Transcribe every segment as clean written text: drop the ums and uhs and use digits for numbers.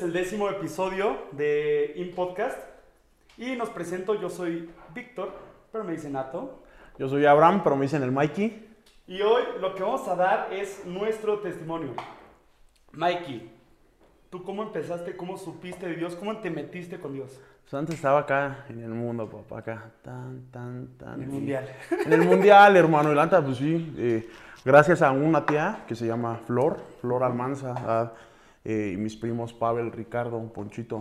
el 10º episodio de InPodcast. Y nos presento, yo soy Víctor, pero me dicen Nato. Yo soy Abraham, pero me dicen el Mikey. Y hoy lo que vamos a dar es nuestro testimonio. Mikey, ¿tú cómo empezaste? ¿Cómo supiste de Dios? ¿Cómo te metiste con Dios? Pues antes estaba acá en el mundo, papá, acá. En el mundial. En el mundial, hermano. Y la neta, pues sí. Gracias a una tía que se llama Flor Almanza, y mis primos Pavel, Ricardo, Ponchito,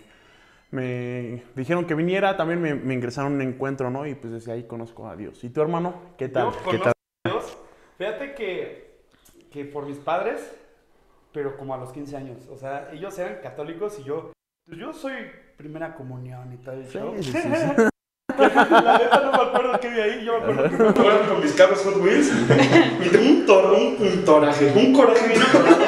me dijeron que viniera, también me ingresaron a un encuentro, ¿no? Y pues desde ahí conozco a Dios. ¿Y tu hermano? ¿Qué tal? Yo conozco a Dios. Fíjate que por mis padres, pero como a los 15 años. O sea, ellos eran católicos y yo soy primera comunión y todo eso. Sí. La neta no me acuerdo qué vi ahí. Yo me acuerdo que me acuerdo con mis carros Hot Wheels y tengo un coraje bien atorado.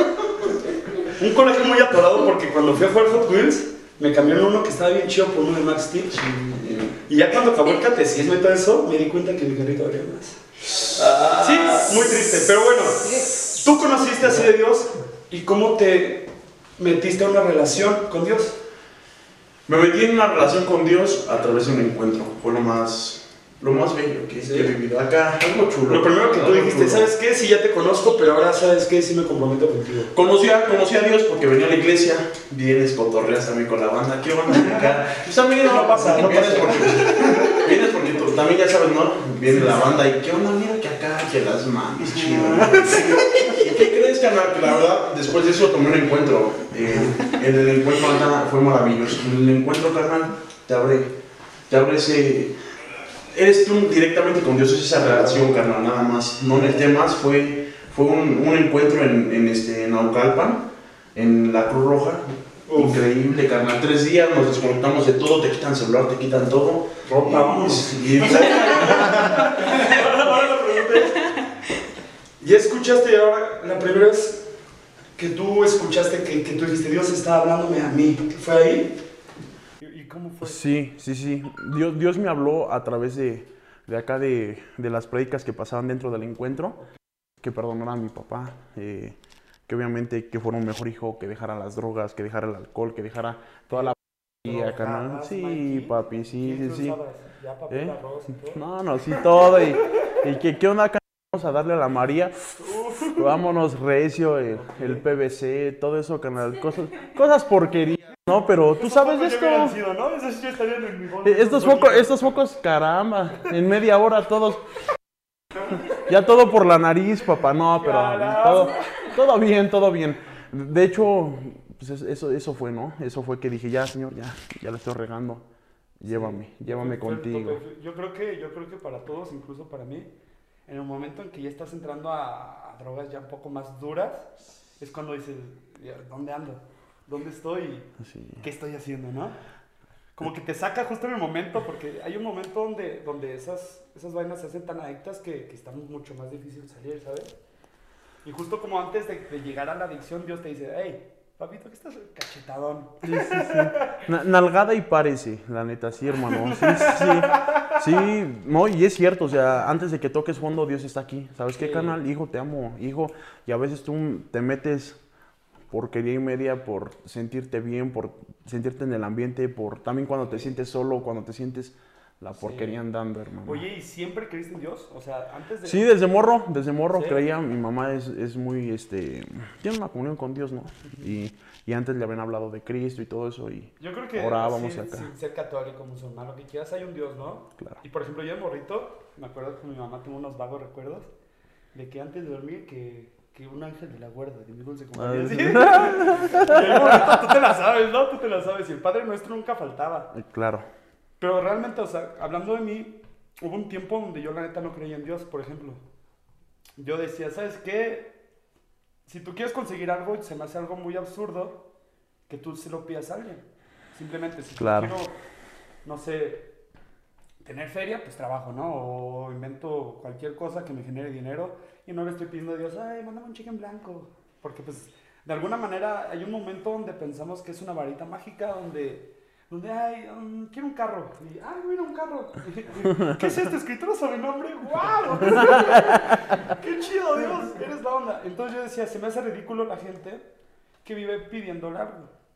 Un coraje muy atorado porque cuando fui a jugar Hot Wheels me cambiaron uno que estaba bien chido por uno de Max Steel. Y ya cuando acabó el catecismo y todo eso, me di cuenta que mi carrito valía más. Sí, muy triste. Pero bueno, tú conociste así de Dios y cómo te metiste a una relación con Dios. Me metí en una relación con Dios a través de un encuentro. Fue lo más bello que he vivido acá. Algo chulo. Lo primero que tú dijiste, ¿sabes qué? Sí, ya te conozco, pero ahora ¿sabes qué? Sí me comprometo contigo. Conocí a Dios porque venía a la iglesia. Vienes, cotorreas también con la banda. ¿Qué onda acá? Pues también no pasa. Vienes porque tú también ya sabes, ¿no? Viene la banda y ¿qué onda? Mira que acá, que las manos, chido. ¿Y qué crees, carnal? Que la verdad, después de eso tomé un encuentro. El encuentro fue maravilloso. El encuentro, carnal, te abre ese... Eres tú directamente con Dios, es esa relación, carnal, nada más. No necesité más, fue un encuentro en Naucalpan, en la Cruz Roja. Increíble, carnal. 3 días nos desconectamos de todo, te quitan celular, te quitan todo. Ropa, vamos. ¿Ya escuchaste ahora la primera vez que tú escuchaste que tú dijiste Dios estaba hablándome a mí? ¿Fue ahí? ¿Y cómo fue? Sí. Dios me habló a través de acá de las prédicas que pasaban dentro del encuentro, que perdonara a mi papá, que obviamente que fuera un mejor hijo, que dejara las drogas, que dejara el alcohol, que dejara toda la carnal. Sí, papi, sí. ¿Ya papel arroz y todo? No, sí, todo. Y ¿qué onda acá? Vamos a darle a la María. Vámonos recio, el PVC, todo eso, canal. Cosas porquerías, ¿no? Pero tú sabes de esto. Estos focos, caramba. En media hora todos. Ya todo por la nariz, papá. No, pero todo bien. De hecho, pues eso fue, ¿no? Eso fue que dije, ya, Señor, ya la estoy regando. Llévame contigo. Yo creo que para todos, incluso para mí, en el momento en que ya estás entrando a drogas ya un poco más duras, es cuando dices, ¿dónde ando? ¿Dónde estoy? Sí. ¿Qué estoy haciendo, no? Como que te saca justo en el momento, porque hay un momento donde esas vainas se hacen tan adictas que está mucho más difícil salir, ¿sabes? Y justo como antes de llegar a la adicción, Dios te dice, hey, papito, ¿qué estás cachetadón? Sí. Nalgada y párese, la neta, sí, hermano. Sí, no, y es cierto, o sea, antes de que toques fondo, Dios está aquí. ¿Sabes qué, carnal? Hijo, te amo, hijo. Y a veces tú te metes porquería y media por sentirte bien, por sentirte en el ambiente, por también cuando te sientes solo, cuando te sientes la porquería andando, hermano. Oye, ¿y siempre creíste en Dios? O sea, antes de... Sí, desde morro ¿sí? Creía. Mi mamá es muy, tiene una comunión con Dios, ¿no? Y antes le habían hablado de Cristo y todo eso y yo creo que orábamos sí, acá. Ser católico, musulmán, lo que quieras, hay un Dios, ¿no? Claro. Y por ejemplo, yo de morrito, me acuerdo que mi mamá tuvo unos vagos recuerdos de que antes de dormir que un ángel de la guarda de mi dulce compañía. ¿Sí? Tú te la sabes, ¿no? Tú te la sabes. Y el Padre Nuestro nunca faltaba. Claro. Pero realmente, o sea, hablando de mí, hubo un tiempo donde yo la neta no creía en Dios, por ejemplo. Yo decía, ¿sabes qué? Si tú quieres conseguir algo, se me hace algo muy absurdo que tú se lo pidas a alguien. Simplemente, si claro. Yo quiero, no sé, tener feria, pues trabajo, ¿no? O invento cualquier cosa que me genere dinero y no le estoy pidiendo a Dios, ay, mándame un cheque en blanco. Porque, pues, de alguna manera hay un momento donde pensamos que es una varita mágica, donde ay, quiero un carro. Y, ay, mira un carro. ¿Qué es esto? ¿Escritura sobre nombre? ¡Wow! ¡Qué chido, Dios! Eres la onda. Entonces yo decía, se me hace ridículo la gente que vive pidiéndole algo.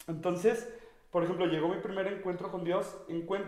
Entonces, por ejemplo, llegó mi primer encuentro con Dios.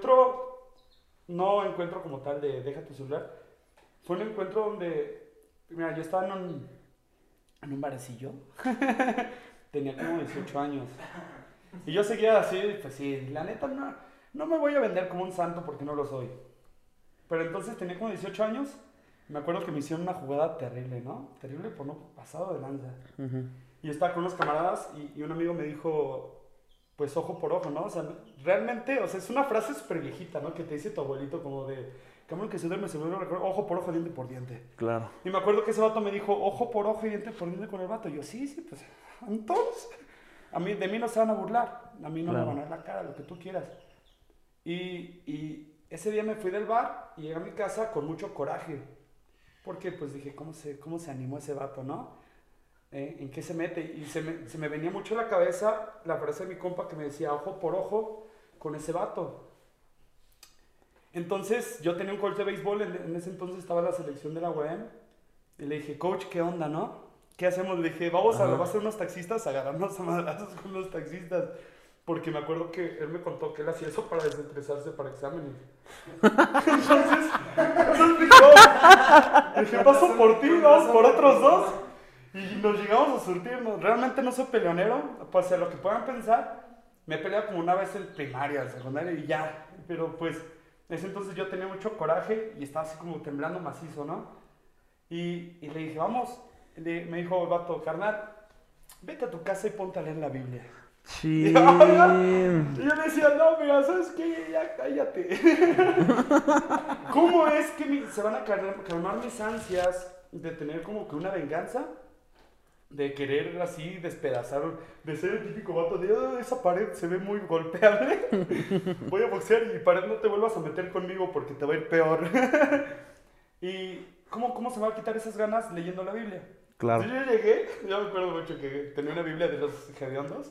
No encuentro como tal de deja tu celular. Fue un encuentro donde, mira, yo estaba en un barecillo. Tenía como 18 años. Y yo seguía así, pues sí, la neta no me voy a vender como un santo porque no lo soy. Pero entonces tenía como 18 años. Me acuerdo que me hicieron una jugada terrible, ¿no? Terrible por no pasado de lanza. Y estaba con unos camaradas y un amigo me dijo, pues ojo por ojo, ¿no? O sea, realmente, o sea, es una frase súper viejita, ¿no? Que te dice tu abuelito como de, cabrón que se duerme, ojo por ojo, diente por diente. Claro. Y me acuerdo que ese vato me dijo, ojo por ojo y diente por diente con el vato. Y yo, sí, pues, entonces, de mí no se van a burlar. A mí no me van a dar la cara, lo que tú quieras. Y ese día me fui del bar y llegué a mi casa con mucho coraje. Porque, pues, dije, ¿cómo se animó ese vato, no? ¿En qué se mete? Y se me venía mucho a la cabeza la frase de mi compa que me decía, ojo por ojo con ese vato. Entonces, yo tenía un coach de béisbol, en ese entonces estaba la selección de la UAM, y le dije, coach, ¿qué onda, no? ¿Qué hacemos? Le dije, vamos a hacer unos taxistas, agarrarnos a madrazos con los taxistas. Porque me acuerdo que él me contó que él hacía eso para desestresarse para exámenes. Entonces dije, paso por ti, vamos por otros dos. Y nos llegamos a surtirnos. Realmente no soy peleonero, pues a lo que puedan pensar. Me he peleado como una vez en primaria, en secundaria y ya. Pero pues, en ese entonces yo tenía mucho coraje y estaba así como temblando macizo, ¿no? Y le dije, vamos. Me dijo el vato, carnal, vete a tu casa y ponte a leer la Biblia. Sí. Y yo le decía, no, mira, ¿sabes qué? Ya cállate. ¿Cómo es que se van a calmar mis ansias de tener como que una venganza? De querer así despedazar, de ser el típico vato de esa pared se ve muy golpeable. Voy a boxear y pared no te vuelvas a meter conmigo porque te va a ir peor. ¿Y cómo se me va a quitar esas ganas leyendo la Biblia? Claro. Yo llegué, yo me acuerdo mucho que tenía una Biblia de los Gedeones,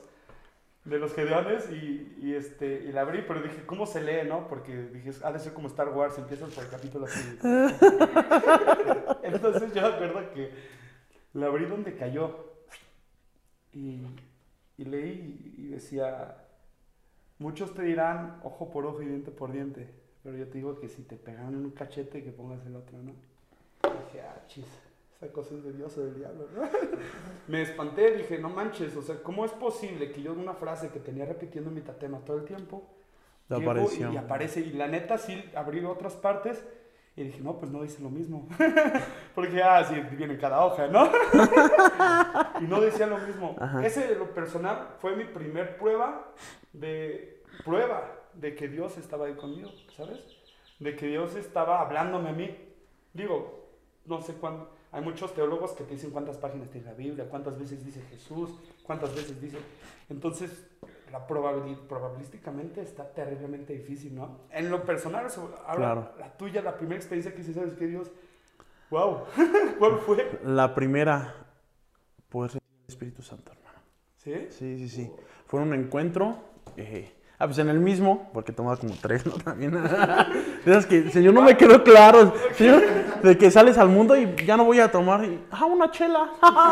y la abrí, pero dije, ¿cómo se lee, no? Porque dije, ha de ser como Star Wars, empiezas por el capítulo así. Entonces yo me acuerdo que la abrí donde cayó y leí y decía, muchos te dirán ojo por ojo y diente por diente, pero yo te digo que si te pegan en un cachete que pongas el otro, ¿no? Y dije, chis, esa cosa es de Dios o del diablo, ¿no? Me espanté, dije, no manches, o sea, ¿cómo es posible que yo una frase que tenía repitiendo en mi tatema todo el tiempo apareció y aparece, y la neta sí abrí otras partes y dije, no, pues no dice lo mismo. Porque, sí, viene en cada hoja, ¿no? Y no decía lo mismo. Ajá. Ese, de lo personal, fue mi primer prueba de que Dios estaba ahí conmigo, ¿sabes? De que Dios estaba hablándome a mí. Digo, no sé cuándo. Hay muchos teólogos que te dicen cuántas páginas tiene la Biblia, cuántas veces dice Jesús, cuántas veces dice... Entonces, probabilísticamente está terriblemente difícil, ¿no? En lo personal, ahora, la tuya, la primera experiencia que hiciste, ¿sabes qué, Dios? ¡Wow! ¿Cuál fue? La primera, poder sentir el Espíritu Santo, hermano. ¿Sí? Sí. Fue un encuentro, pues en el mismo, porque tomaba como 3, ¿no? También. Es que, Señor, no me quedó claro. Señor, de que sales al mundo y ya no voy a tomar, una chela.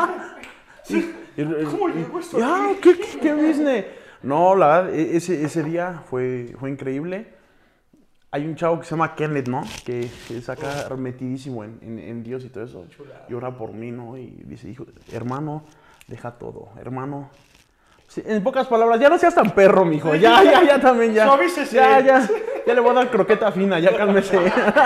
¿Cómo llegó esto aquí? ¿Qué business? No, la verdad, ese día fue increíble. Hay un chavo que se llama Kenneth, ¿no? Que es acá metidísimo en Dios y todo eso. Y ora por mí, ¿no? Y dice, hijo, hermano, deja todo. Hermano, sí, en pocas palabras, ya no seas tan perro, mijo. Ya también, ya. Suavícese. Ya le voy a dar croqueta fina, ya cálmese.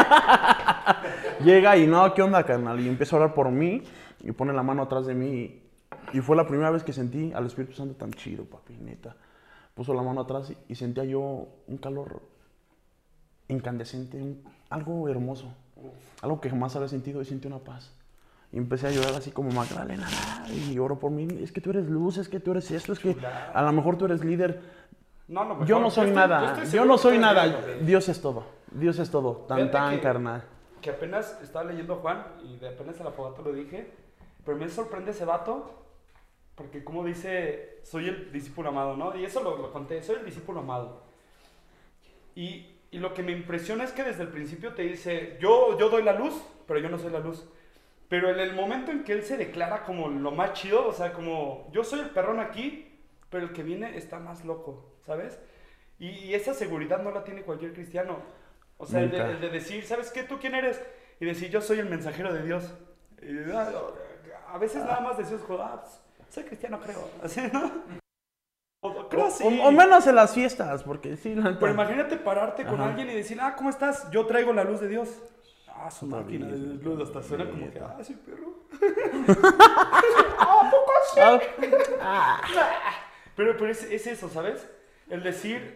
Llega y, no, ¿qué onda, carnal? Y empieza a orar por mí y pone la mano atrás de mí. Y fue la primera vez que sentí al Espíritu Santo tan chido, papi, neta. Puso la mano atrás y sentía yo un calor incandescente, algo hermoso. Algo que jamás había sentido y sentí una paz. Y empecé a llorar así como Magdalena. Y oro por mí. Es que tú eres luz, es que tú eres esto, es que a lo mejor tú eres líder. No, yo no soy nada. Yo no soy nada. Dios es todo. Dios es todo. Tan, carnal. Que apenas estaba leyendo Juan y de apenas a la fogata lo dije. Pero me sorprende ese vato. Porque como dice, soy el discípulo amado, ¿no? Y eso lo conté, soy el discípulo amado. Y lo que me impresiona es que desde el principio te dice, yo doy la luz, pero yo no soy la luz. Pero en el momento en que él se declara como lo más chido, o sea, como yo soy el perrón aquí, pero el que viene está más loco, ¿sabes? Y esa seguridad no la tiene cualquier cristiano. O sea, el de decir, ¿sabes qué? ¿Tú quién eres? Y decir, yo soy el mensajero de Dios. Y, a veces nada más decimos, pues, soy cristiano, creo. Así, ¿no? Creo sí. O menos en las fiestas, porque sí. Pero imagínate pararte con alguien y decir, ¿cómo estás? Yo traigo la luz de Dios. Su máquina de luz hasta suena como que, sí, perro. ¿A poco sí? Pero es eso, ¿sabes? El decir,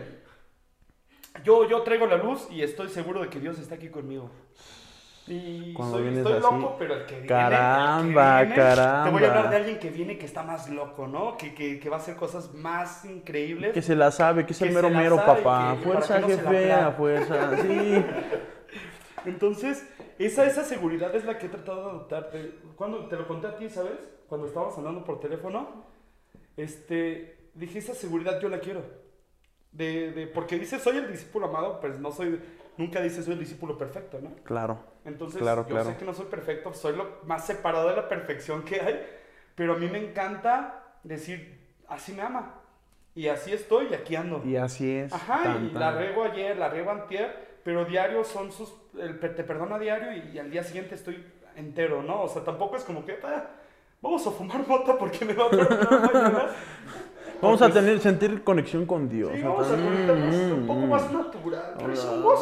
yo traigo la luz y estoy seguro de que Dios está aquí conmigo. Y estoy loco, pero el que viene... Caramba. Te voy a hablar de alguien que viene que está más loco, ¿no? Que va a hacer cosas más increíbles. Que se la sabe, que es el mero mero, papá. Fuerza, jefe, a fuerza, sí. Entonces, esa seguridad es la que he tratado de adoptar. Cuando te lo conté a ti, ¿sabes? Cuando estábamos hablando por teléfono, dije, esa seguridad yo la quiero. Porque dice, soy el discípulo amado, pues nunca dice soy el discípulo perfecto, ¿no? Claro. Entonces, yo sé que no soy perfecto, soy lo más separado de la perfección que hay, pero a mí me encanta decir, así me ama, y así estoy, y aquí ando. Y así es. Ajá, la riego ayer, la riego antier, pero diario son te perdona diario y al día siguiente estoy entero, ¿no? O sea, tampoco es como que, vamos a fumar mota porque me va a perdonar mañana. Vamos a sentir conexión con Dios. Sí, vamos a conectarnos un poco más natural. Pero somos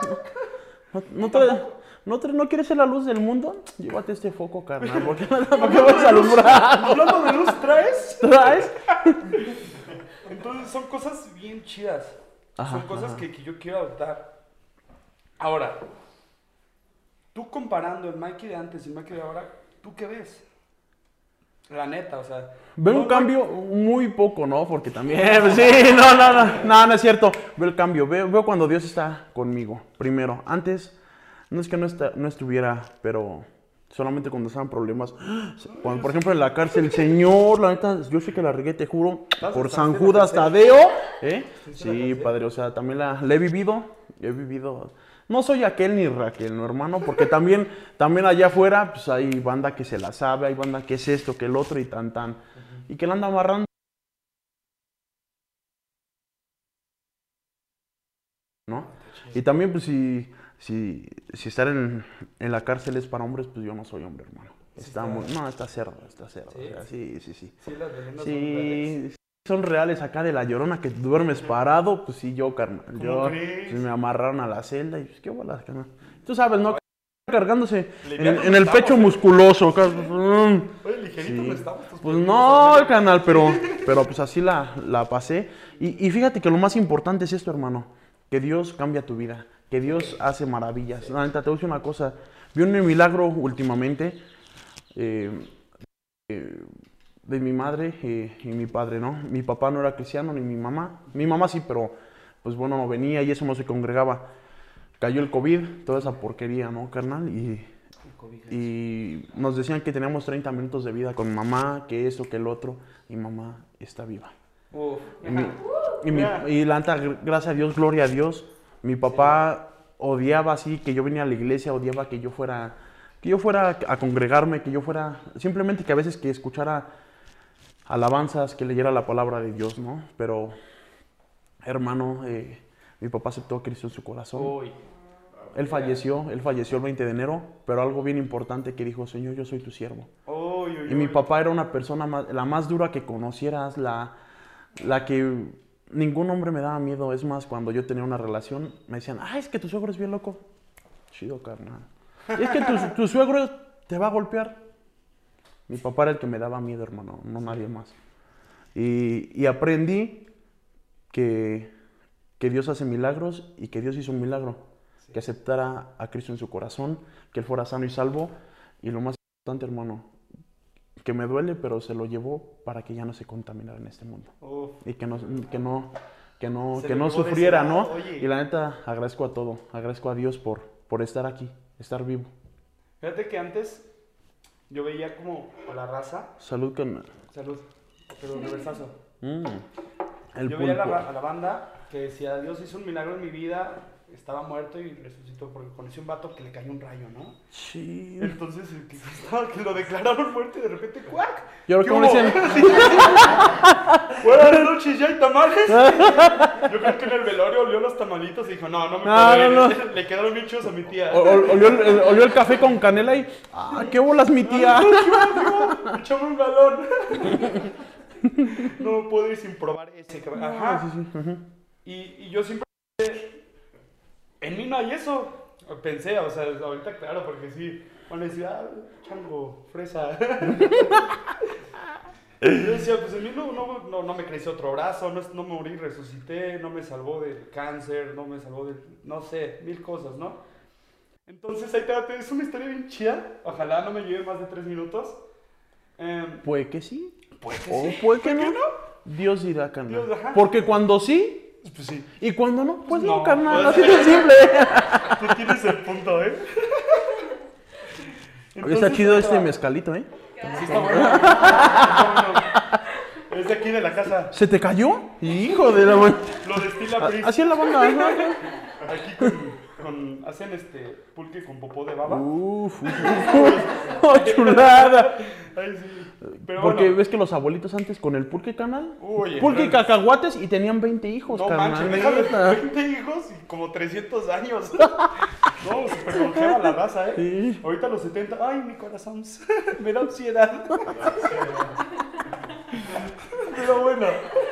¿No quieres ser la luz del mundo? Llévate este foco, carnal. ¿Por qué vas a alumbrar? Hablando de luz, ¿traes? Entonces son cosas bien chidas. Son cosas que yo quiero adoptar. Ahora, tú comparando el Mikey de antes y el Mikey de ahora, ¿tú qué ves? La neta, o sea... Veo un cambio muy poco, ¿no? Porque también... Sí, no es cierto. Veo el cambio. Veo cuando Dios está conmigo, primero. Antes, no es que no estuviera, pero solamente cuando estaban problemas. Cuando, por ejemplo, en la cárcel, Señor, la neta, yo sé que la regué, te juro, por San Judas Tadeo. Sí, padre, o sea, también la he vivido. No soy aquel ni Raquel, ¿no, hermano? Porque también allá afuera, pues hay banda que se la sabe, hay banda que es esto, que el otro y tan. Y que la anda amarrando. ¿No? Y también, pues, si estar en la cárcel es para hombres, pues yo no soy hombre, hermano. Está cerdo. ¿Sí? O sea, sí. Sí, las leyendas sí, son reales acá de La Llorona, que duermes parado, pues sí, yo, carnal. Pues me amarraron a la celda y pues qué bolas, carnal. Tú sabes, ¿no? Cargándose en el pecho musculoso. Oye, ligerito no estamos. Pues no, carnal, pero pues así la pasé. Y fíjate que lo más importante es esto, hermano. Que Dios cambia tu vida. Que Dios hace maravillas. La neta, te voy a decir una cosa. Vi un milagro últimamente. De mi madre y mi padre, ¿no? Mi papá no era cristiano, ni mi mamá. Mi mamá sí, pero pues bueno, no venía y eso no se congregaba. Cayó el COVID, toda esa porquería, ¿no, carnal? Y nos decían que teníamos 30 minutos de vida con mamá, que esto, que el otro. Y mamá está viva. Y la neta, gracias a Dios, gloria a Dios. Mi papá odiaba así que yo venía a la iglesia, odiaba que yo fuera a congregarme, que yo fuera, simplemente que a veces que escuchara alabanzas, que leyera la palabra de Dios, ¿no? Pero, hermano, mi papá aceptó a Cristo en su corazón. Él falleció el 20 de enero, pero algo bien importante que dijo, Señor, yo soy tu siervo. Y mi papá era una persona la más dura que conocieras, la que ningún hombre me daba miedo. Es más, cuando yo tenía una relación, me decían, es que tu suegro es bien loco. Chido, carnal. Y es que tu suegro te va a golpear. Mi papá era el que me daba miedo, hermano, no nadie más. Y aprendí que Dios hace milagros y que Dios hizo un milagro. Que aceptara a Cristo en su corazón, que Él fuera sano y salvo. Y lo más importante, hermano, que me duele, pero se lo llevó para que ya no se contaminara en este mundo. Y que no sufriera, ¿no? Oye. Y la neta, agradezco a todo. Agradezco a Dios por estar aquí, estar vivo. Fíjate que antes yo veía como a la raza. Salud, carnal. Salud, pero universazo. Yo veía a la banda que decía, Dios hizo un milagro en mi vida, estaba muerto y resucitó porque conoció un vato que le cayó un rayo, ¿no? Sí. Entonces, que lo declararon muerto y de repente, ¡cuac! ¿Y ahora ¿Qué cómo hubo? le dicen? Buenas noches, ¿ya hay tamales? Yo creo que en el velorio olió los tamalitos y dijo, no me puedo ir. no. Le quedaron bien chidos a mi tía. Olió el café con canela y... ¡Ah, qué bolas mi tía! Me echaba un galón. No puedo ir sin probar ese. Ajá. Sí, ajá. Y yo siempre... En mí no hay eso. Pensé, o sea, ahorita claro, porque sí. Van a decir, chango, fresa. Yo decía, pues en mí no me creció otro brazo, no morí, resucité, no me salvó del cáncer, no me salvó de, no sé, 1000 cosas, ¿no? Entonces ahí es una historia bien chida, ojalá no me lleve más de 3 minutos. Puede que sí. Puede que O sí. puede que no. Dios dirá, carnal. Dios, ajá. Porque cuando sí, Pues sí. y cuando no, pues no, No. carnal. Así de simple. Tú tienes el punto, ¿eh? Oye, está chido este mezcalito, ¿eh? Sí, está bueno. Está bueno. Es de aquí de la casa. ¿Se te cayó? Hijo de la... Lo destila Pris. Así es la banda, ¿no? Aquí hacen pulque con popó de baba. Uf. Oh, chulada. Ay, sí. Pero Porque bueno. ves que los abuelitos antes con el pulque, canal. Uy, Pulque y cacahuates y tenían 20 hijos, No carnal. manches, déjame 20 hijos y como 300 años. No, súper longeva la raza, ¿eh? Sí. Ahorita a los 70, ay, mi corazón, me da ansiedad. Pero bueno.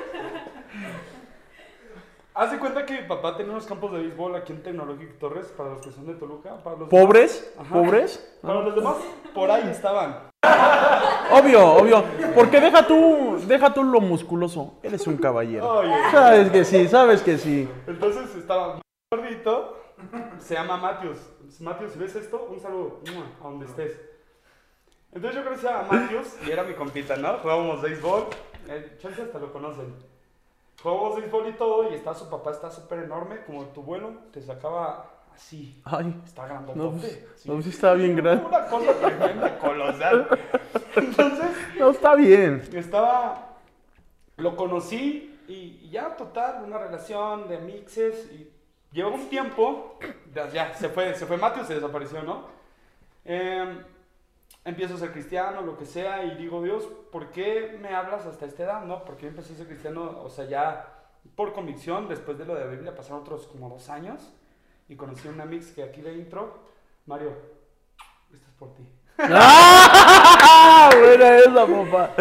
Haz de cuenta que mi papá tenía unos campos de béisbol aquí en Tecnológico Torres, para los que son de Toluca. Para los ¿Pobres? demás, ajá. ¿Pobres? Para los demás, por ahí estaban. Obvio. Porque deja tú lo musculoso. Eres un caballero. Oye. Sabes que sí. Entonces estaba más gordito, se llama Matthews. Matthews, si ves esto, un saludo a donde estés. Entonces yo conocí a Matthews y era mi compita, ¿no? Jugábamos béisbol, chance hasta lo conocen. Jugábamos béisbol y todo, y su papá está súper enorme, como tu vuelo, te sacaba así. Ay, Está grandote. no, pues sí estaba bien grande. Una cosa tremenda, colosal. Entonces, No, está bien. lo conocí y ya, total, una relación de mixes y llevó un tiempo, ya se fue Matthew, se desapareció, ¿no? Empiezo a ser cristiano, lo que sea, y digo, Dios, ¿por qué me hablas hasta esta edad, no? Porque yo empecé a ser cristiano, o sea, ya por convicción, después de lo de la Biblia, pasaron otros como 2 años, y conocí a una mix que aquí de intro, Mario, esto es por ti. ¡Ah! Buena esa, papá.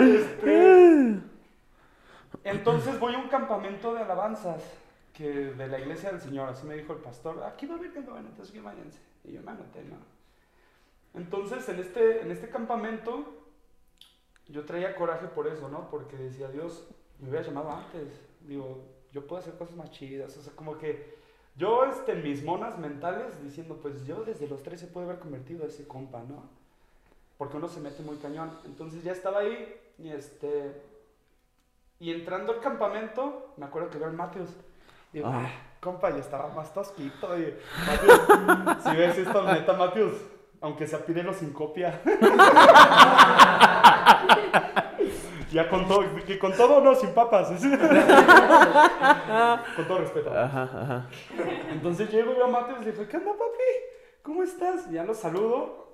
Entonces voy a un campamento de alabanzas de la iglesia del Señor, así me dijo el pastor, aquí va a haber campamento, entonces que váyanse. Y yo me anoté, ¿no? Entonces en este campamento yo traía coraje por eso, ¿no? Porque decía, Dios, me hubiera llamado antes. Digo, yo puedo hacer cosas más chidas, o sea, como que yo en mis monas mentales diciendo, pues yo desde los 13 puedo haber convertido a ese compa, ¿no? Porque uno se mete muy cañón. Entonces ya estaba ahí y entrando al campamento, me acuerdo que veo al Matthews. Digo, compa, ya estaba más tosquito. Y, Matthews, si ves esto, neta, Matthews, aunque sea pídelo sin copia. Ya con todo, no, sin papas. Con todo respeto. Ajá. Entonces llego yo a Matthews y le digo, ¿qué onda, papi? ¿Cómo estás? Y ya lo saludo.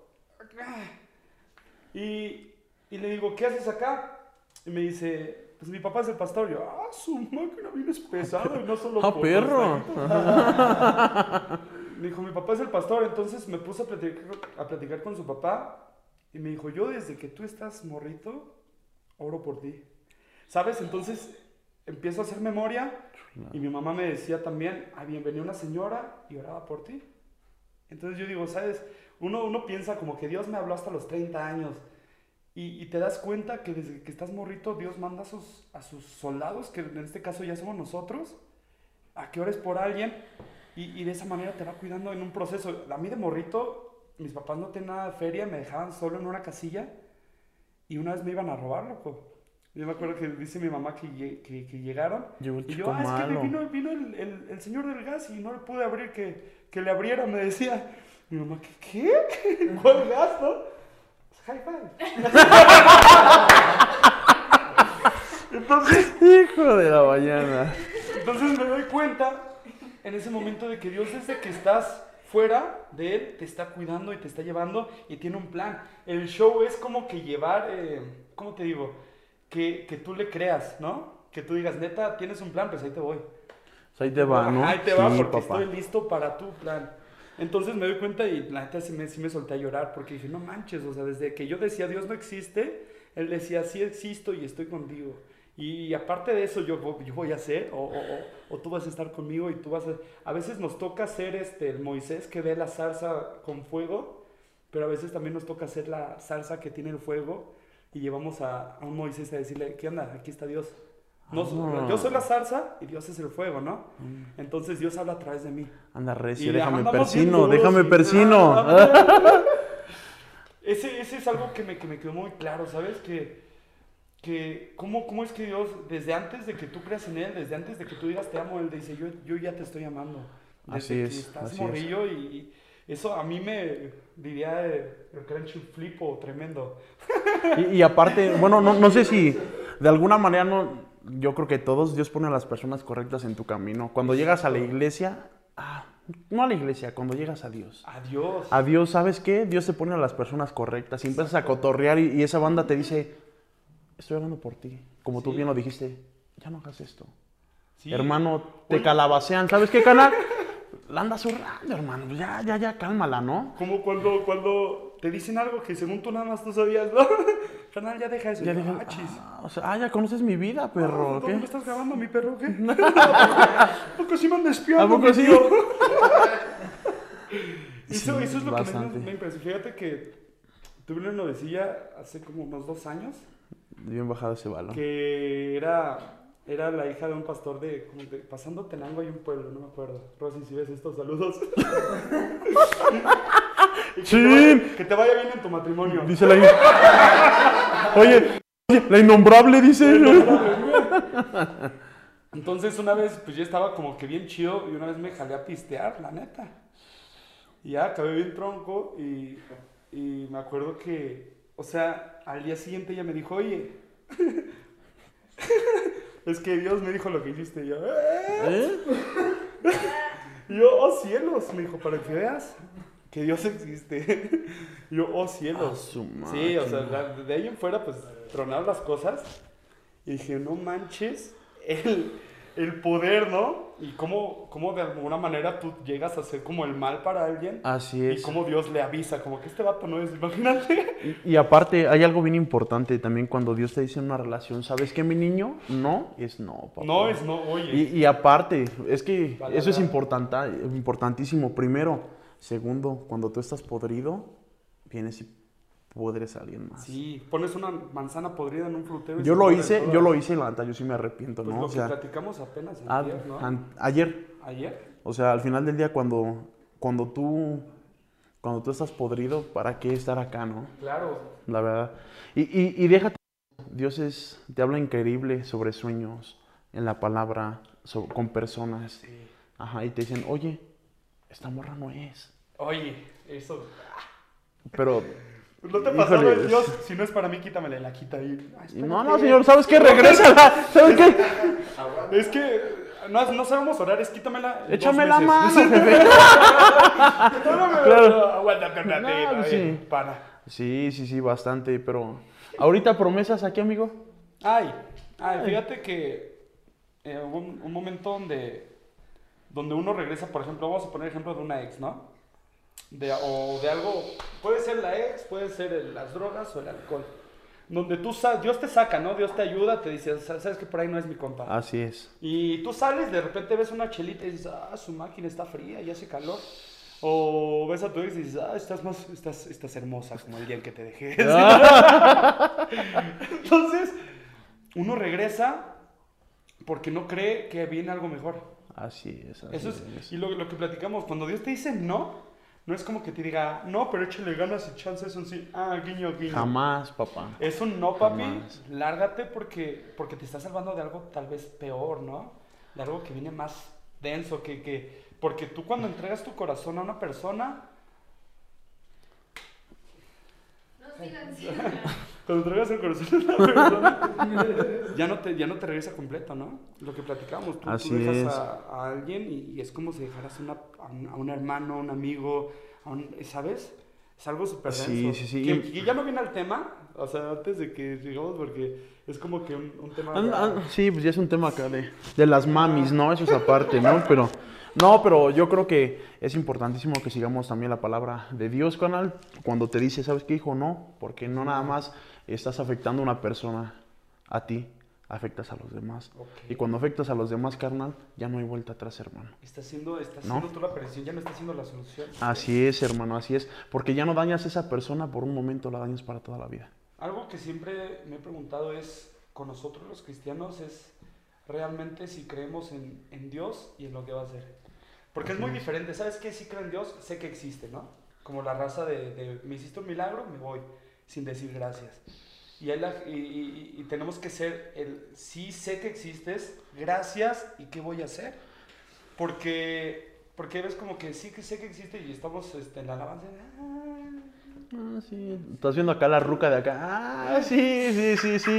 Y le digo, ¿qué haces acá? Y me dice, pues mi papá es el pastor. Y yo, su máquina vienes pesado y no solo por perro. Me dijo, mi papá es el pastor. Entonces me puse a platicar con su papá. Y me dijo, yo desde que tú estás morrito, oro por ti. ¿Sabes? Entonces empiezo a hacer memoria. Y mi mamá me decía también, venía una señora y oraba por ti. Entonces yo digo, ¿sabes? Uno piensa como que Dios me habló hasta los 30 años. Y te das cuenta que desde que estás morrito, Dios manda a sus soldados, que en este caso ya somos nosotros, a que ores por alguien. Y de esa manera te va cuidando en un proceso. A mí de morrito, mis papás no tenían nada de feria, me dejaban solo en una casilla. Y una vez me iban a robar, loco. Yo me acuerdo que dice mi mamá que llegaron. Llegó el Y chico yo, es malo. que vino el señor del gas y no le pude abrir, que le abriera, me decía. Mi mamá, ¿qué? ¿Cuál gas, no? High five. Entonces, Hijo de la mañana. entonces me doy cuenta en ese momento de que Dios desde que estás fuera de Él te está cuidando y te está llevando y tiene un plan. El show es como que llevar, ¿cómo te digo? Que tú le creas, ¿no? Que tú digas, neta, tienes un plan, pues ahí te voy. Pues ahí te va, ¿no? Ahí te va Sí, porque papá. estoy listo para tu plan. Entonces me doy cuenta y la neta sí me solté a llorar porque dije, no manches, o sea, desde que yo decía Dios no existe, Él decía, sí existo y estoy contigo. Y aparte de eso yo voy a hacer, o tú vas a estar conmigo y tú vas a veces nos toca ser el Moisés que ve la zarza con fuego, pero a veces también nos toca hacer la zarza que tiene el fuego y llevamos a un Moisés a decirle, ¿qué onda? Aquí está Dios. Yo soy la zarza y Dios es el fuego, ¿no? Entonces Dios habla a través de mí. Anda recio, Y déjame andamos bien persino, duros déjame y- persino. Ese es algo que me quedó muy claro, ¿sabes? ¿Cómo es que Dios, desde antes de que tú creas en Él, desde antes de que tú digas te amo, Él dice, yo ya te estoy amando. Desde Así que es, estás así morrillo y eso a mí me diría el crunchy flipo tremendo. Y aparte, bueno, no sé si de alguna manera yo creo que todos Dios pone a las personas correctas en tu camino. Cuando llegas a la iglesia, no a la iglesia, cuando llegas a Dios. Adiós. A Dios, ¿sabes qué? Dios te pone a las personas correctas y empiezas a cotorrear y esa banda te dice, estoy hablando por ti. Como tú Sí. bien lo dijiste, ya no hagas esto. Sí. Hermano, te Oye, calabacean, ¿sabes qué, canal? La andas zurrando, hermano. Ya, cálmala, ¿no? como cuando te dicen algo que según tú nada más tú sabías, ¿no? Canal, ya deja eso. Ya Y yo, dije, chis. o sea, ya conoces mi vida, perro. ¿Dónde ¿Qué? me estás grabando, mi perro? ¿Qué? ¿A poco sí me andan espiando? ¿A poco mi sí? tío? Eso Sí, es lo bastante. que me impresionó. Fíjate que tuve una novecilla hace como unos 2 años Bien bajado ese balón. que era la hija de un pastor pasando Tenango hay un pueblo, no me acuerdo. Rosy, si ves estos saludos. Y ¡Chin! que te vaya bien en tu matrimonio. Dice Oye, la innombrable dice. Entonces una vez, pues yo estaba como que bien chido y una vez me jalé a pistear, la neta. Y ya acabé bien tronco y me acuerdo que, o sea, al día siguiente ella me dijo, oye, es que Dios me dijo lo que hiciste. Y yo, ¿Eh? Y yo, oh cielos, me dijo, para que veas que Dios existe. Y yo, oh cielos. A su Sí, o sea, máquina. de ahí en fuera, pues tronaron las cosas. Y dije, no manches el poder, ¿no? Y cómo de alguna manera tú llegas a ser como el mal para alguien. Así Y es. cómo Dios le avisa, como que este vato no es, imagínate. Y aparte, hay algo bien importante también cuando Dios te dice en una relación, ¿sabes qué, mi niño? No es no, papá. No es no, oye. Y aparte, es que Palabra. eso es importantísimo. Primero. Segundo, cuando tú estás podrido, vienes y pudres a alguien más. Sí, pones una manzana podrida en un frutero. Y Yo se lo pudre hice, toda. yo lo hice, la neta, yo sí me arrepiento, Pues ¿no? lo O sea, que platicamos apenas ah, ayer, ¿no? ayer, ¿Ayer? o sea, al final del día cuando tú estás podrido, ¿para qué estar acá, no? Claro. La verdad. Y déjate, Dios te habla increíble sobre sueños, en la palabra, con personas. Sí. Ajá, y te dicen, oye, esta morra no es. Oye, eso... Pero, ¿No te ha pasado híjole, el Dios? Si no es para mí, quítamela y la quita ahí. Ay, no, espérate. señor, ¿sabes qué? Regrésala. ¿Sabes qué? Es que no sabemos orar, es quítamela. Échame 2 la meses. mano, jefe. Claro. Aguántate un ratito, No, sí. Para. Sí, bastante, pero... ¿Ahorita promesas aquí, amigo? Ay, fíjate que hubo un momento donde uno regresa, por ejemplo, vamos a poner ejemplo de una ex, ¿no? O de algo, puede ser la ex, puede ser las drogas o el alcohol. Donde Dios te saca, ¿no? Dios te ayuda, te dice, sabes que por ahí no es mi compa. Así es. Y tú sales, de repente ves una chelita y dices, su máquina está fría y hace calor. O ves a tu ex y dices, estás hermosa como el día en que te dejé. Entonces, uno regresa porque no cree que viene algo mejor. Así es. Eso es, y lo que platicamos, cuando Dios te dice no es como que te diga, no, pero échale ganas y chance es un sí, guiño, guiño. Jamás, papá. Es un no, papi, Jamás. lárgate porque te estás salvando de algo tal vez peor, ¿no? De algo que viene más denso, porque tú cuando entregas tu corazón a una persona, No sigan. Cuando entregas el corazón a una persona, ya no te regresa completo, ¿no? Lo que platicamos, tú dejas a alguien y es como si dejaras a un hermano, a un amigo, ¿sabes? Es algo súper denso. Sí. Que ya no viene al tema, o sea, antes de que sigamos, porque es como que un tema... Sí, pues ya es un tema acá de las mamis, ¿no? Eso es aparte, ¿no? Pero yo creo que es importantísimo que sigamos también la palabra de Dios, carnal, cuando te dice, ¿sabes qué, hijo? No, porque no nada más estás afectando a una persona, a ti, afectas a los demás. Okay. Y cuando afectas a los demás, carnal, ya no hay vuelta atrás, hermano. Estás siendo ¿No? tú la presión, ya no estás siendo la solución. Así es, hermano, así es. Porque ya no dañas a esa persona por un momento, la dañas para toda la vida. Algo que siempre me he preguntado es, con nosotros los cristianos, es realmente si creemos en Dios y en lo que va a hacer. Porque es muy diferente, ¿sabes qué? Si creo en Dios, sé que existe, ¿no? Como la raza de me hiciste un milagro, me voy, sin decir gracias. Y tenemos que ser sí sé que existes, gracias, ¿y qué voy a hacer? Porque ves como que sí que sé que existe y estamos en la alabanza. Sí, estás viendo acá la ruca de acá. Sí.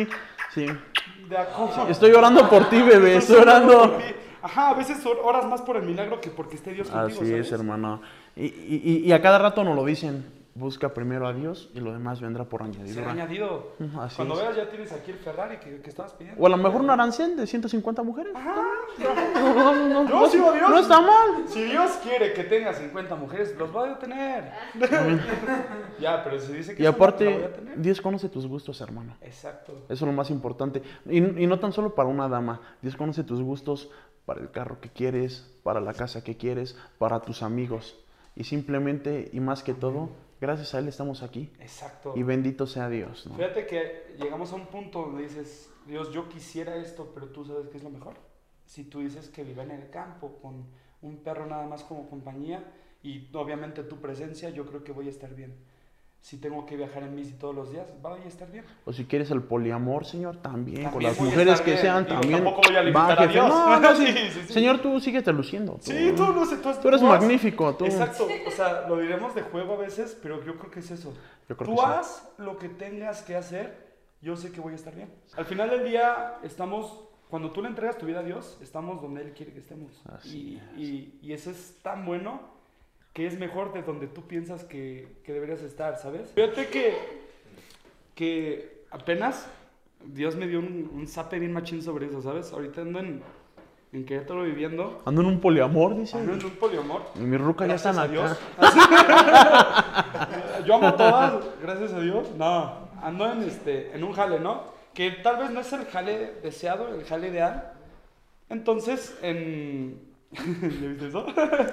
Estoy orando por ti, bebé, estoy orando. Ajá, a veces oras más por el milagro que porque esté Dios contigo. Así ¿sabes? es, hermano. Y a cada rato nos lo dicen. Busca primero a Dios y lo demás vendrá por añadidura. Será añadido. Así Cuando es. veas ya tienes aquí el Ferrari que estabas pidiendo. O a lo mejor un arancel de 150 mujeres. Ajá. No, sigo a Dios. No está mal. Si Dios quiere que tenga 50 mujeres, los va a tener. Ya, pero si dice que Y la voy aparte, a tener. Dios conoce tus gustos, hermano. Exacto. Eso es lo más importante. Y no tan solo para una dama. Dios conoce tus gustos para el carro que quieres, para la casa que quieres, para tus amigos. Y simplemente, y más que todo, gracias a Él estamos aquí. Exacto. Y bendito sea Dios, ¿no? Fíjate que llegamos a un punto donde dices, Dios, yo quisiera esto, pero tú sabes qué es lo mejor. Si tú dices que viva en el campo con un perro nada más como compañía y obviamente tu presencia, yo creo que voy a estar bien. Si tengo que viajar en bici todos los días, voy a estar bien. O si quieres el poliamor, Señor, también con También las voy a mujeres estar que bien. sean, Digo, también. tampoco voy a limitar a jefe. Dios. No, sí. Sí. Señor, tú síguete luciendo. Sí, tú no sé, Tú eres magnífico, tú. Exacto, o sea, lo diremos de juego a veces, pero yo creo que es eso. Yo creo Tú que sí. haz lo que tengas que hacer, yo sé que voy a estar bien. Al final del día cuando tú le entregas tu vida a Dios, estamos donde Él quiere que estemos. Y eso es tan bueno que es mejor de donde tú piensas que deberías estar, ¿sabes? Fíjate que apenas Dios me dio un zape bien machín sobre eso, ¿sabes? Ahorita ando en Querétaro viviendo. Ando en un poliamor, dice. Ando en un poliamor. Y mi ruca ya están Gracias a acá. Dios. Yo amo todas, gracias a Dios. No, ando en un jale, ¿no? Que tal vez no es el jale deseado, el jale ideal. Entonces, ¿ya viste eso?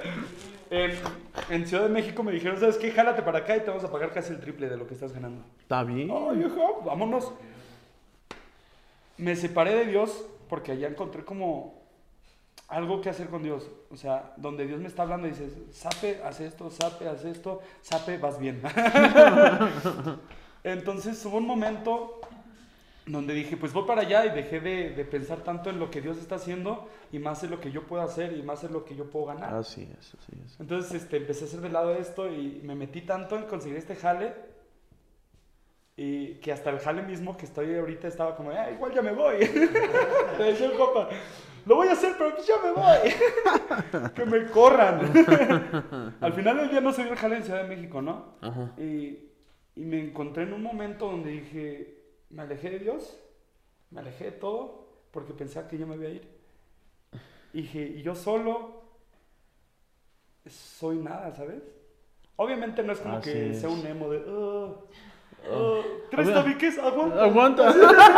En Ciudad de México me dijeron, ¿sabes qué? Jálate para acá y te vamos a pagar casi el triple de lo que estás ganando. Está bien. Ay, hijo, vámonos. Me separé de Dios porque allá encontré como algo que hacer con Dios. O sea, donde Dios me está hablando y dices, Sape, haz esto, Sape, vas bien. Entonces hubo un momento donde dije, pues voy para allá y dejé de pensar tanto en lo que Dios está haciendo y más en lo que yo puedo hacer y más en lo que yo puedo ganar. Así es. Entonces empecé a hacer de lado esto y me metí tanto en conseguir este jale y que hasta el jale mismo que estoy ahorita estaba como, igual ya me voy. Le decía el compa, lo voy a hacer, pero pues ya me voy. Que me corran. Al final del día no se dio el jale en Ciudad de México, ¿no? Ajá. Y me encontré en un momento donde dije, me alejé de Dios, me alejé de todo, porque pensaba que yo me iba a ir. Y dije, y yo solo soy nada, ¿sabes? Obviamente no es como Así que es. sea un emo de, ¿tres tabiques? Aguanta.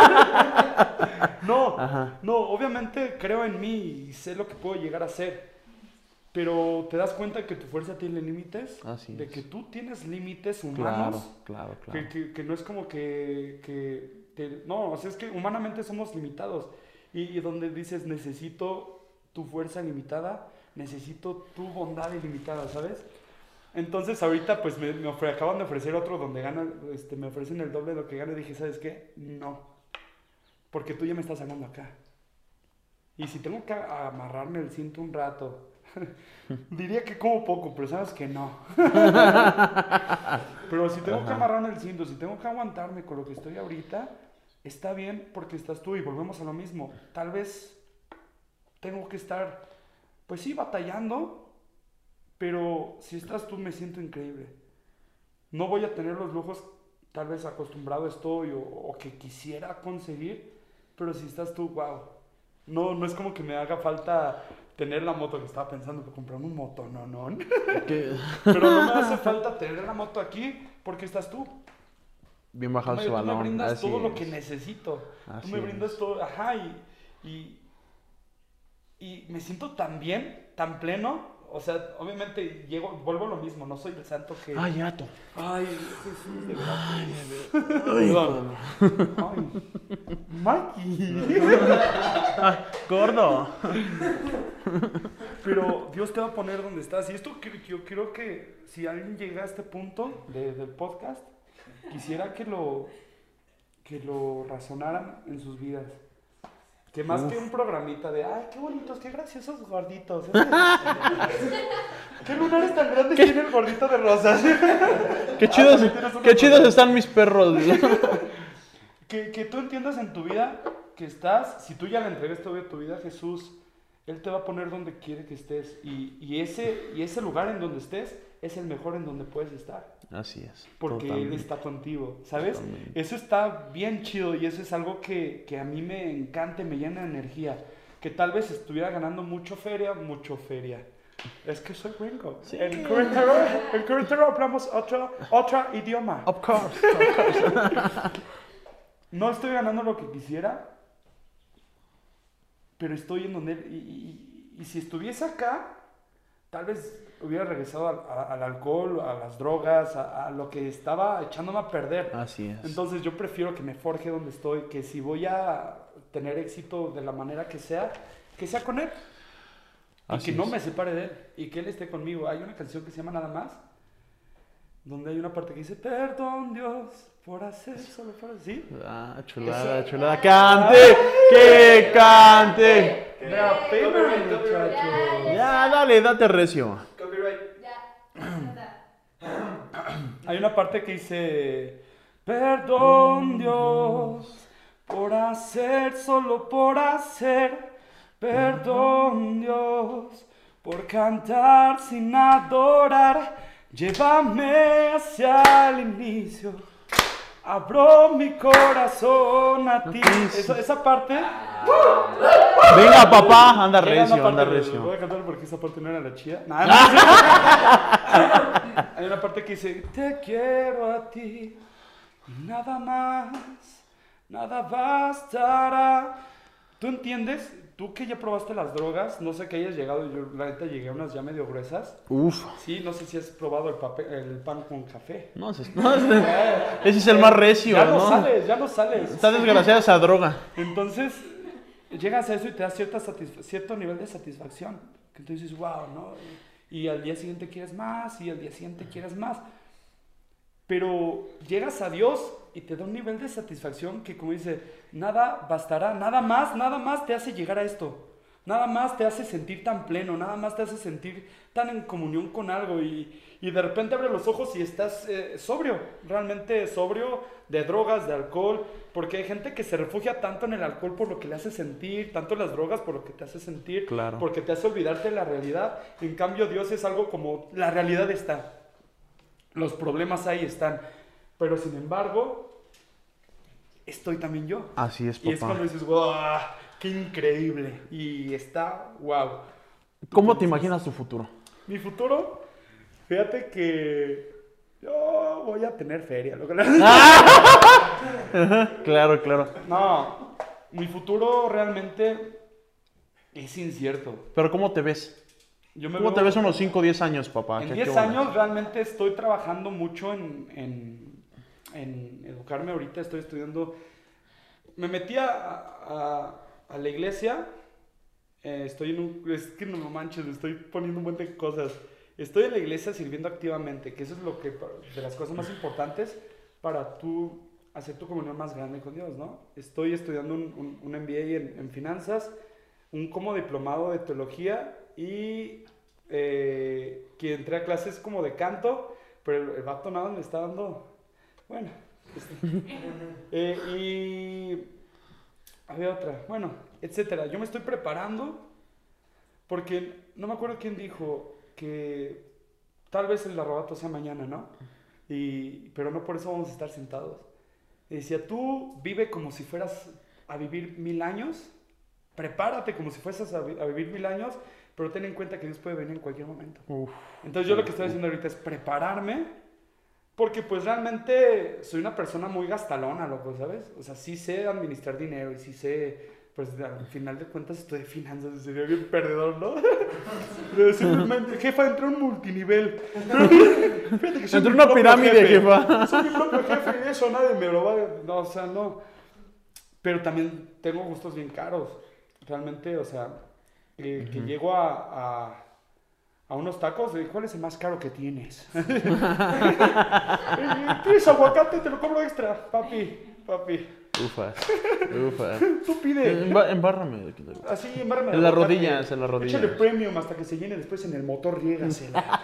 No, Ajá. no, obviamente creo en mí y sé lo que puedo llegar a ser. Pero te das cuenta que tu fuerza tiene límites, Así de es. que tú tienes límites humanos. Claro. Que no es como no, o sea, es que humanamente somos limitados. Y donde dices, necesito tu fuerza limitada, necesito tu bondad ilimitada, ¿sabes? Entonces ahorita pues me acaban de ofrecer otro donde me ofrecen el doble de lo que gano y dije, ¿sabes qué? No, porque tú ya me estás ganando acá. Y si tengo que amarrarme el cinto un rato, diría que como poco, pero sabes que no. Pero si tengo que Ajá. amarrarme el cinto, si tengo que aguantarme con lo que estoy ahorita, está bien porque estás tú y volvemos a lo mismo. Tal vez tengo que estar, pues sí, batallando, pero si estás tú me siento increíble. No voy a tener los lujos tal vez acostumbrado estoy o que quisiera conseguir, pero si estás tú, wow. No es como que me haga falta tener la moto que estaba pensando, que comprarme un moto, no. ¿Qué? Pero no me hace falta tener la moto aquí porque estás tú. Bien bajado su Tú me balón. brindas Así todo lo es. que necesito. Así Tú me brindas es. todo, ajá, y me siento tan bien, tan pleno. O sea, obviamente vuelvo a lo mismo, no soy el santo que... Ay, gato. Ay, Jesús, de verdad. Ay, Perdón. Ay, Mikey. gordo. Pero Dios te va a poner donde estás. Y esto yo creo que si alguien llega a este punto del podcast, quisiera que lo razonaran en sus vidas. Que más que un programita de, ay, qué bonitos, qué graciosos gorditos. ¿Qué lunares tan grandes tiene el gordito de rosas? Qué chidos, qué chidos están mis perros. Que tú entiendas en tu vida que estás, si tú ya le entregas toda tu vida a Jesús, Él te va a poner donde quiere que estés. Y ese lugar en donde estés es el mejor en donde puedes estar. Así es. Porque totalmente. Él está contigo, ¿sabes? Totalmente. Eso está bien chido y eso es algo que a mí me encanta y me llena de energía. Que tal vez estuviera ganando mucho feria. Es que soy gringo. Sí. En Querétaro hablamos otro idioma. Of course. No estoy ganando lo que quisiera, pero estoy en donde... Y si estuviese acá, tal vez hubiera regresado al alcohol, a las drogas, a lo que estaba echándome a perder. Así es. Entonces yo prefiero que me forje donde estoy, que si voy a tener éxito de la manera que sea con Él. Y Así que no es. me separe de Él, y que Él esté conmigo. Hay una canción que se llama Nada Más, donde hay una parte que dice, perdón Dios, por hacer solo por así. Ah, chulada. ¡Cante! ¡Que cante! Me apena, muchachos. Ya, date recio. Copyright. Ya. Hay una parte que dice, perdón Dios, por hacer, solo por hacer. Perdón Dios, por cantar sin adorar. Llévame hacia el inicio. Abro mi corazón a ti. Esa parte. Venga, papá, anda Era una recio, parte anda Voy recio. a cantar porque esa parte no era la chida. Hay una parte que dice, te quiero a ti, nada más, nada bastará. ¿Tú entiendes? Tú que ya probaste las drogas, no sé que hayas llegado, yo la neta llegué a unas ya medio gruesas. Uf. Sí, no sé si has probado el pan con café. No, ese es el más recio, Ya ¿no? ya no sales. Está desgraciada esa droga. Entonces, llegas a eso y te da cierto nivel de satisfacción. Que tú dices, wow, ¿no? Y al día siguiente quieres más, y al día siguiente quieres más. Pero llegas a Dios y te da un nivel de satisfacción que, como dice, nada bastará, nada más te hace llegar a esto. Nada más te hace sentir tan pleno, nada más te hace sentir tan en comunión con algo. Y de repente abres los ojos y estás sobrio, realmente sobrio de drogas, de alcohol. Porque hay gente que se refugia tanto en el alcohol por lo que le hace sentir, tanto en las drogas por lo que te hace sentir, Claro. porque te hace olvidarte de la realidad. En cambio, Dios es algo como, la realidad está. Los problemas ahí están. Pero sin embargo, estoy también yo. Así es, Y es papá. cuando dices, wow, qué increíble. Y está, wow. ¿Cómo te imaginas tu futuro? Mi futuro, fíjate que yo voy a tener feria. Claro. No, mi futuro realmente es incierto. Pero ¿cómo te ves? Yo me ¿Cómo veo- te ves unos 5 o 10 años, papá? En ¿Qué 10 onda? años realmente estoy trabajando mucho en educarme ahorita, estoy estudiando. Me metí a la iglesia, estoy es que no manches, estoy poniendo un montón de cosas. Estoy en la iglesia sirviendo activamente, que eso es lo que, de las cosas más importantes para tú hacer tu comunión más grande con Dios, ¿no? Estoy estudiando un MBA en finanzas, un como diplomado de teología y que entré a clases como de canto, pero el vato nada me está dando, bueno, y había otra, bueno, etcétera. Yo me estoy preparando porque no me acuerdo quién dijo que tal vez el arrebato sea mañana, ¿no? Pero no por eso vamos a estar sentados. Y decía, tú vive como si fueras a vivir 1000 años, prepárate como si fueras a vivir 1000 años, pero ten en cuenta que Dios puede venir en cualquier momento. Entonces yo lo que estoy haciendo ahorita es prepararme, porque pues realmente soy una persona muy gastalona, loco, ¿sabes? O sea, sí sé administrar dinero y sí sé, pues al final de cuentas estoy de finanzas, sería bien perdedor, ¿no? Pero simplemente, jefa, entré a un multinivel. Fíjate que soy Entré mi una propio pirámide, jefe. jefa. Soy mi propio jefe y eso nadie me lo va a... No, o sea, no. Pero también tengo gustos bien caros. Realmente, o sea, que llego a unos tacos, ¿cuál es el más caro que tienes? ¿Tienes aguacate? Te lo cobro extra, papi. Ufas. Tú pide. Embárrame. Así, embárrame. En las rodillas. Échale premium hasta que se llene, después en el motor riégasela.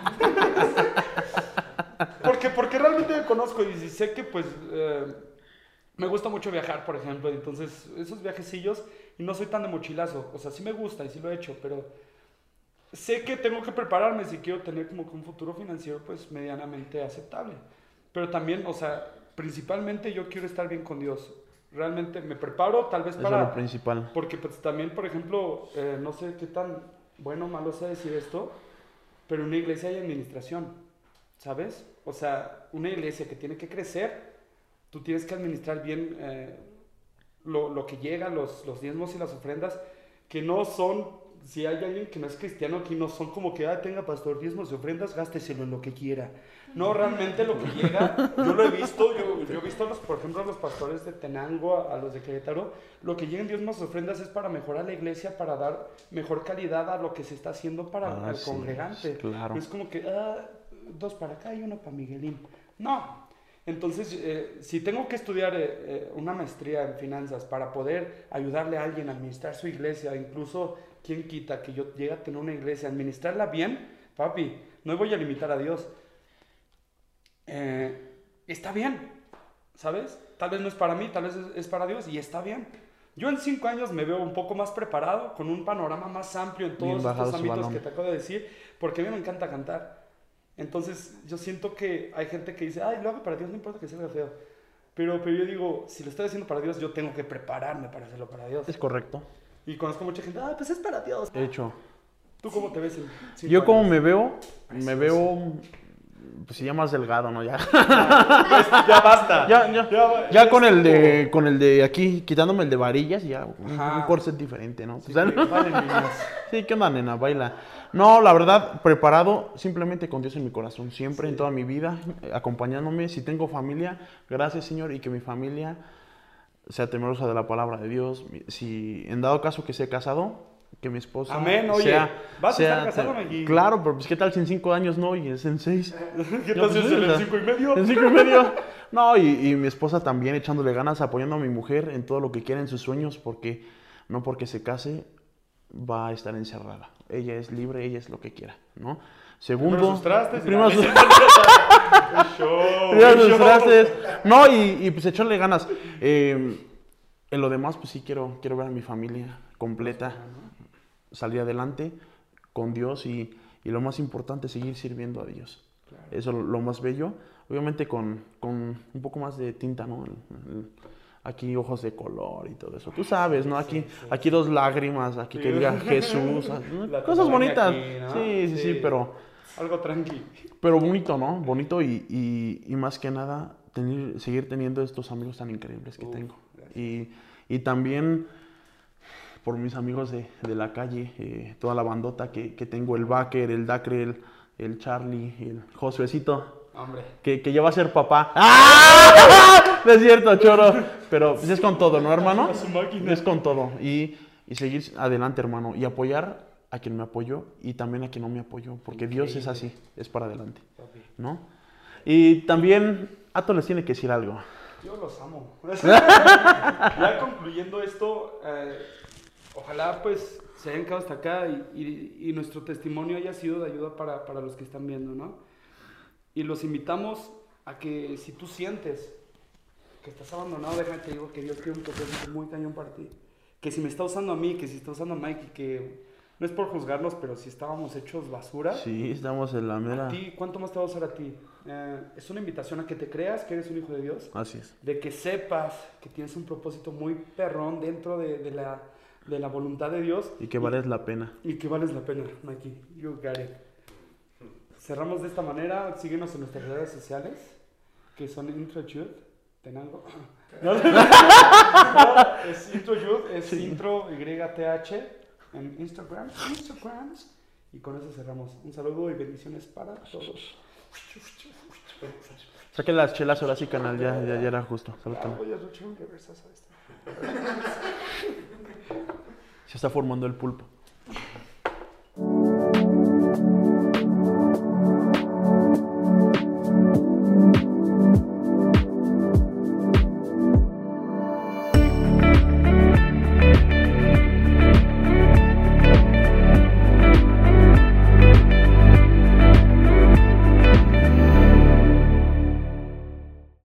porque realmente me conozco y sé que pues me gusta mucho viajar, por ejemplo. Entonces, esos viajecillos, y no soy tan de mochilazo. O sea, sí me gusta y sí lo he hecho, pero sé que tengo que prepararme si quiero tener como que un futuro financiero pues medianamente aceptable. Pero también, o sea, principalmente yo quiero estar bien con Dios. Realmente me preparo tal vez para... Eso es lo principal. Porque pues también, por ejemplo, no sé qué tan bueno o malo sea decir esto, pero en una iglesia hay administración, ¿sabes? O sea, una iglesia que tiene que crecer, tú tienes que administrar bien lo que llega, los diezmos y las ofrendas, que no son... Si hay alguien que no es cristiano aquí, no son como que, tenga pastor, diezmos y ofrendas, gásteselo en lo que quiera. No, realmente lo que llega, yo lo he visto, yo he visto, por ejemplo, a los pastores de Tenango, a los de Querétaro, lo que llega en diezmos y ofrendas es para mejorar la iglesia, para dar mejor calidad a lo que se está haciendo para el congregante. Claro. No es como que, 2 para acá y 1 para Miguelín. No. Entonces, si tengo que estudiar una maestría en finanzas para poder ayudarle a alguien a administrar su iglesia, incluso, ¿quién quita que yo llegue a tener una iglesia, administrarla bien? Papi, no voy a limitar a Dios. Está bien, ¿sabes? Tal vez no es para mí, tal vez es para Dios y está bien. Yo en 5 años me veo un poco más preparado, con un panorama más amplio en todos estos ámbitos que te acabo de decir, porque a mí me encanta cantar. Entonces, yo siento que hay gente que dice, lo hago para Dios, no importa que salga feo. Pero yo digo, si lo estoy haciendo para Dios, yo tengo que prepararme para hacerlo para Dios. Es correcto. Y conozco mucha gente, pues es para Dios. Hecho. ¿Tú cómo te ves? Yo como me veo, pues ya más delgado, ¿no? Ya. Ya basta. Ya con el de aquí, quitándome el de varillas, ya un corset diferente, ¿no? Sí, vale, niñas. Sí, ¿qué onda, nena? Baila. No, la verdad, preparado simplemente con Dios en mi corazón, siempre, en toda mi vida, acompañándome. Si tengo familia, gracias, Señor, y que mi familia sea temerosa de la palabra de Dios. Si en dado caso que sea casado, que mi esposa Amén, oye, ¿vas a estar casado, Magui? Claro, pero pues ¿qué tal si en 5 años no y es en 6? ¿Qué tal si es en 5 y medio? En 5 y medio. No, y mi esposa también echándole ganas, apoyando a mi mujer en todo lo que quiera, en sus sueños, porque no porque se case va a estar encerrada. Ella es libre, ella es lo que quiera, ¿no? Segundo, primero sus trastes. Primero sus trastes. No, y pues echarle ganas. En lo demás, pues sí quiero ver a mi familia completa, salir adelante con Dios y lo más importante, seguir sirviendo a Dios. Claro. Eso es lo más bello. Obviamente con un poco más de tinta, ¿no? Aquí ojos de color y todo eso. Tú sabes, ¿no? Aquí 2 lágrimas, aquí que diga Jesús. Cosas bonitas. Aquí, ¿no? Sí, pero... Algo tranqui. Pero bonito, ¿no? Bonito y más que nada seguir teniendo estos amigos tan increíbles que tengo. Y también por mis amigos de la calle, toda la bandota que tengo, el Baker, el Dacre, el Charlie, el Josuecito. Hombre. Que ya va a ser papá. ¡Ah! No es cierto, choro. Pero pues es con todo, ¿no, hermano? Es con todo. Y seguir adelante, hermano. Y apoyar a quien me apoyó y también a quien no me apoyó. Porque increíble. Dios es así, es para adelante. ¿No? Y también, Ato les tiene que decir algo. Yo los amo. Ya concluyendo esto, ojalá pues se hayan quedado hasta acá y nuestro testimonio haya sido de ayuda para los que están viendo, ¿no? Y los invitamos a que si tú sientes que estás abandonado, déjame te digo que Dios tiene un propósito muy cañón para ti. Que si me está usando a mí, que si está usando a Mike, y que no es por juzgarlos, pero si estábamos hechos basura, Sí, estamos en la mera. a ti, ¿cuánto más te va a usar a ti? Es una invitación a que te creas que eres un hijo de Dios, Así es. de que sepas que tienes un propósito muy perrón dentro de la voluntad de Dios. Y que vales la pena. Y que vales la pena, Mikey. You got it. Cerramos de esta manera. Síguenos en nuestras redes sociales, que son Intro Youth. Tenango. No, es Intro Youth, es Intro YTH en Instagram. Y con eso cerramos. Un saludo y bendiciones para todos. Saquen las chelas ahora sí, canal. Ya era justo. Salud, canal. Voy a luchar un reversazo a esto. Se está formando el pulpo.